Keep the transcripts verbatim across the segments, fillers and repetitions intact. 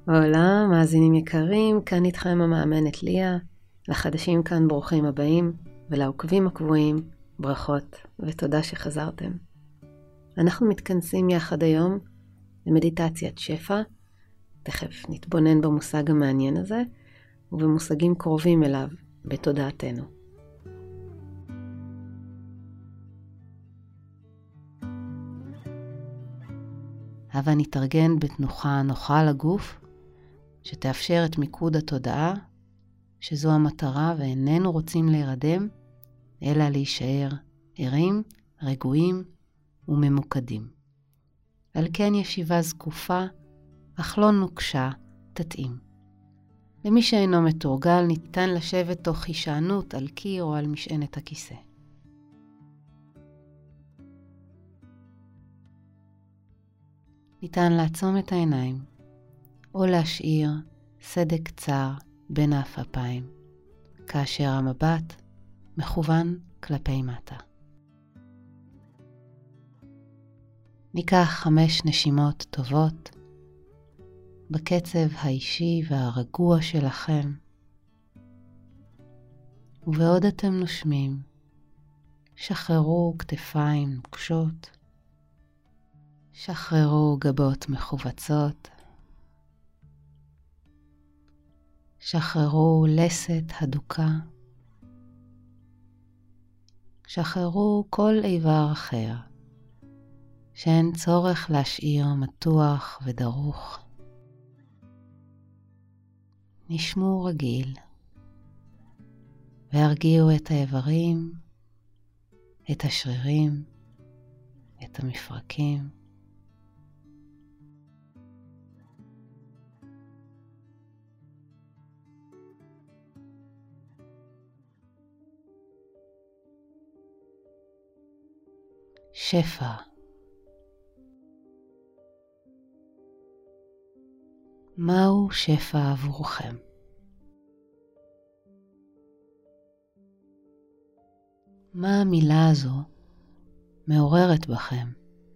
הולה, מאזינים יקרים, כאן איתכם המאמנת ליה, לחדשים כאן ברוכים הבאים, ולעוקבים הקבועים, ברכות ותודה שחזרתם. אנחנו מתכנסים יחד היום למדיטציית שפע, תכף נתבונן במושג המעניין הזה, ובמושגים קרובים אליו בתודעתנו. הבה נתארגן בתנוחה נוחה לגוף, שתאפשר את מיקוד התודעה, שזו המטרה ואיננו רוצים להירדם, אלא להישאר ערים, רגועים וממוקדים. על כן ישיבה זקופה, אך לא נוקשה, תתאים. למי שאינו מתורגל ניתן לשבת תוך הישענות על קיר או על משענת הכיסא. ניתן לעצום את העיניים, או להשאיר סדק קצר בין האפיים, כאשר המבט מכוון כלפי מטה. ניקח חמש נשימות טובות, בקצב האישי והרגוע שלכם, ובעוד אתם נושמים, שחררו כתפיים נוקשות, שחררו גבות מחובצות, שחררו לסת הדוקה, שחררו כל איבר אחר, שאין צורך להשאיר מתוח ודרוך. נשמו רגיל, והרגיעו את האיברים, את השרירים, את המפרקים. שפע. מהו שפע עבורכם? מה המילה הזו מעוררת בכם?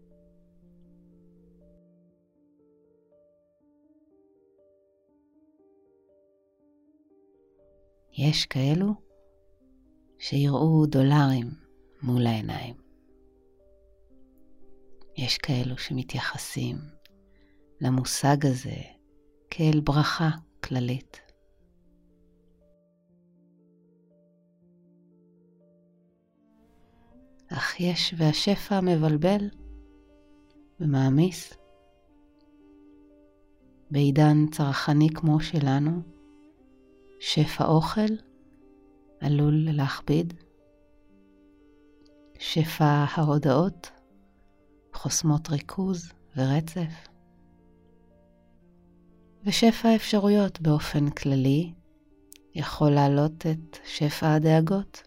יש כאלו שיראו דולרים מול העיניים. יש כאלו שמתייחסים למושג הזה כאל ברכה כללית. אך יש והשפע מבלבל ומעמיס. בעידן צרכני כמו שלנו, שפע אוכל עלול להכביד. שפע ההודעות חוסמות ריכוז ורצף. ושפע האפשרויות באופן כללי יכול להעלות את שפע הדאגות.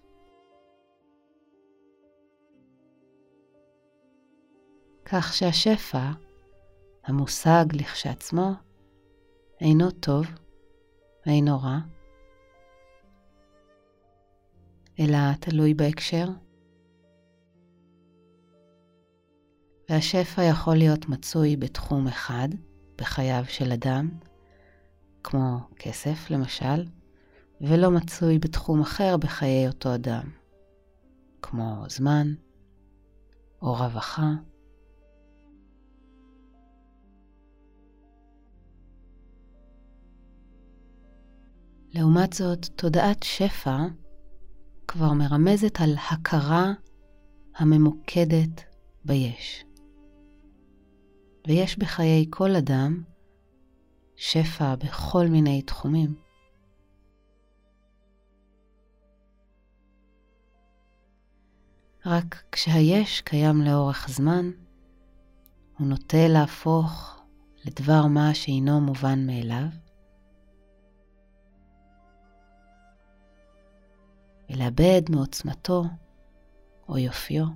כך שהשפע, המושג לכשעצמו, אינו טוב, אינו רע, אלא תלוי בהקשר. והשפע יכול להיות מצוי בתחום אחד, בחייו של אדם, כמו כסף למשל, ולא מצוי בתחום אחר בחיי אותו אדם, כמו זמן או רווחה. לעומת זאת, תודעת שפע כבר מרמזת על הכרה הממוקדת ביש. ויש בחיי כל אדם שפע בכל מיני תחומים. רק כשהיש קיים לאורך זמן, הוא נוטה להפוך לדבר מה שאינו מובן מאליו, ולאבד מעוצמתו או יופיו.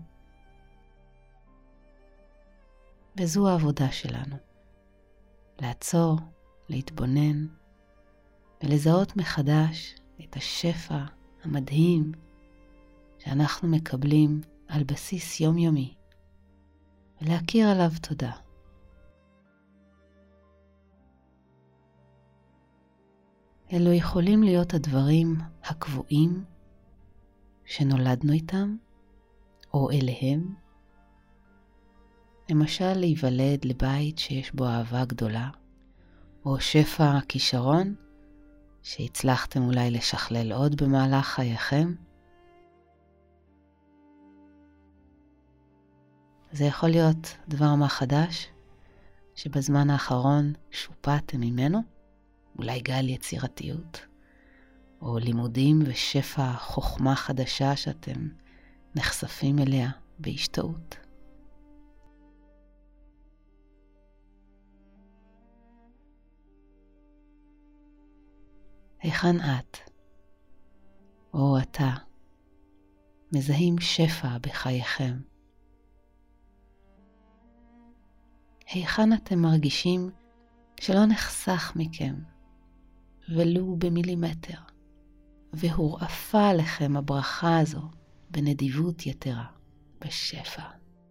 וזו העבודה שלנו, לעצור, להתבונן ולזהות מחדש את השפע המדהים שאנחנו מקבלים על בסיס יומיומי, ולהכיר עליו תודה. אלו יכולים להיות הדברים הקבועים שנולדנו איתם או אליהם. למשל להיוולד לבית שיש בו אהבה גדולה, או שפע כישרון שהצלחתם אולי לשכלל עוד במהלך חייכם. זה יכול להיות דבר מה חדש שבזמן האחרון שופעתם ממנו, אולי גל יצירתיות, או לימודים ושפע חוכמה חדשה שאתם נחשפים אליה בהשתאות. היכן את או אתה מזהים שפע בחייכם? היכן אתם מרגישים שלא נחסך מכם ולו במילימטר, והורעפה עליכם הברכה הזו בנדיבות יתרה, בשפע?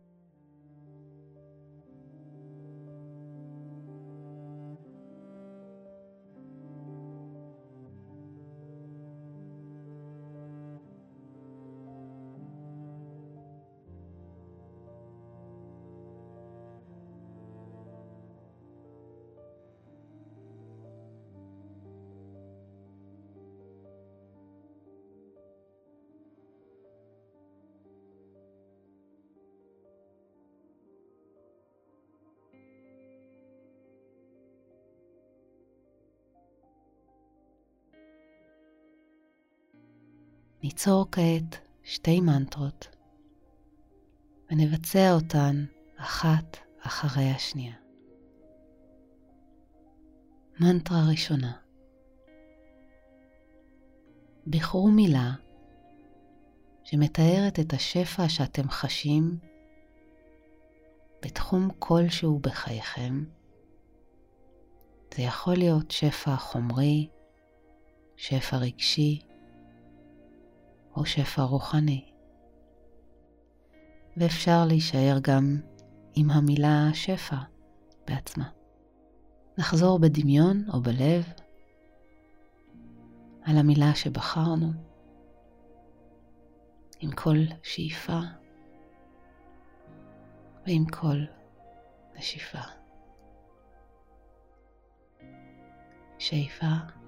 ניצור כעת שתי מנטרות ונבצע אותן אחת אחרי השנייה. מנטרה ראשונה. בחרו מילה שמתארת את השפע שאתם חשים בתחום כלשהו בחייכם. זה יכול להיות שפע חומרי, שפע רגשי, או שפע רוחני. ואפשר להישאר גם עם המילה שפע בעצמה. נחזור בדמיון או בלב על המילה שבחרנו, עם כל שאיפה ועם כל נשיפה. שאיפה,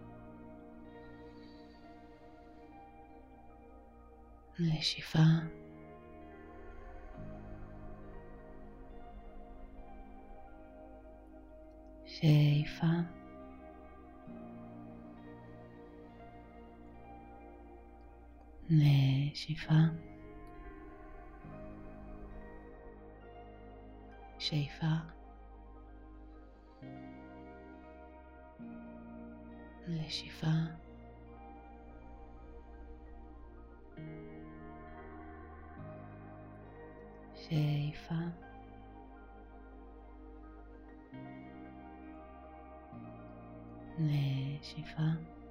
נשיפה, שאיפה, נשיפה, שאיפה, נשיפה, שאיפה, נשיפה,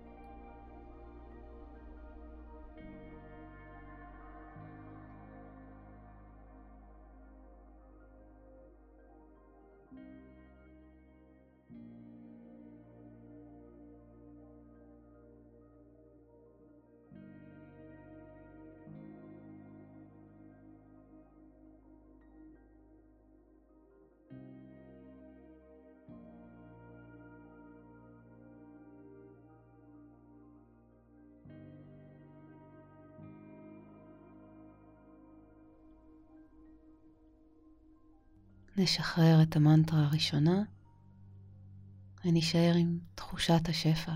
נשחרר את המנטרה הראשונה ונשאר עם תחושת השפע.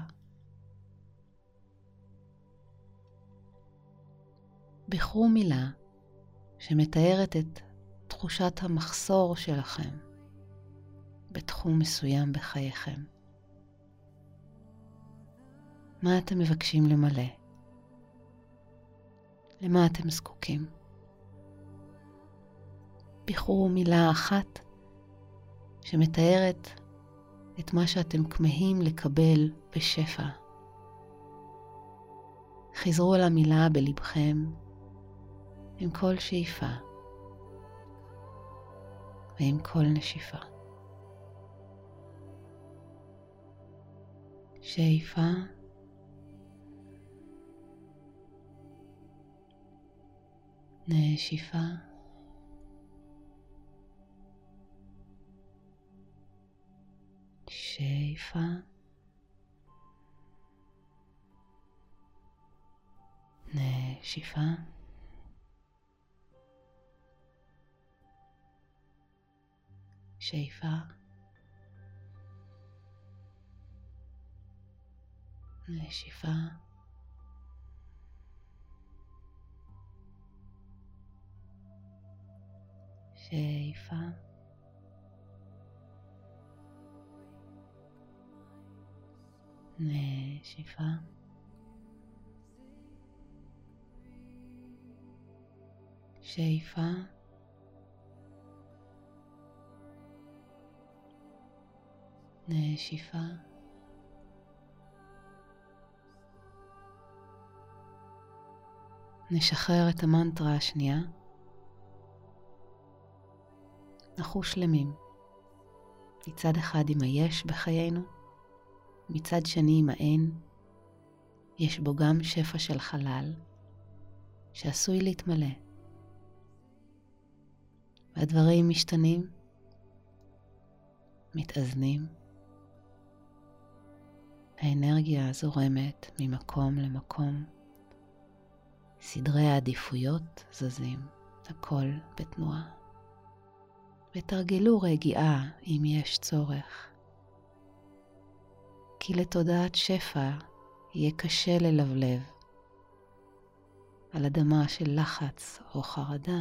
בחרו מילה שמתארת את תחושת המחסור שלכם בתחום מסוים בחייכם. מה אתם מבקשים למלא? למה אתם זקוקים? בחרו מילה אחת שמתארת את מה שאתם כמהים לקבל בשפע. חזרו על המילה בלבכם עם כל שאיפה ועם כל נשיפה. שאיפה, נשיפה. שאיפה. נשיפה. שאיפה. נשיפה. שאיפה. נשיפה. שאיפה. נשיפה. נשחרר את המנטרה השנייה. נחוש שלמים. מצד אחד עם היש בחיינו, מצד שני עם האין, יש בו גם שפע של חלל שעשוי להתמלא. והדברים משתנים, מתאזנים. האנרגיה זורמת ממקום למקום. סדרי העדיפויות זזים, הכל בתנועה. ותרגלו רגיעה אם יש צורך. כי לתודעת שפע יהיה קשה ללבלב. על אדמה של לחץ או חרדה,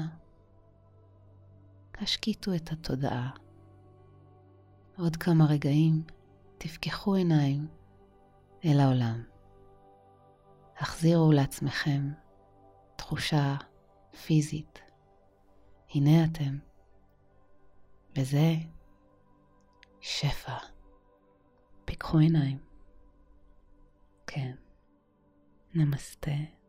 השקיטו את התודעה. עוד כמה רגעים תפקחו עיניים אל העולם. החזירו לעצמכם תחושה פיזית. הנה אתם. וזה שפע. פיקחו עיניים. כן. נמסטה.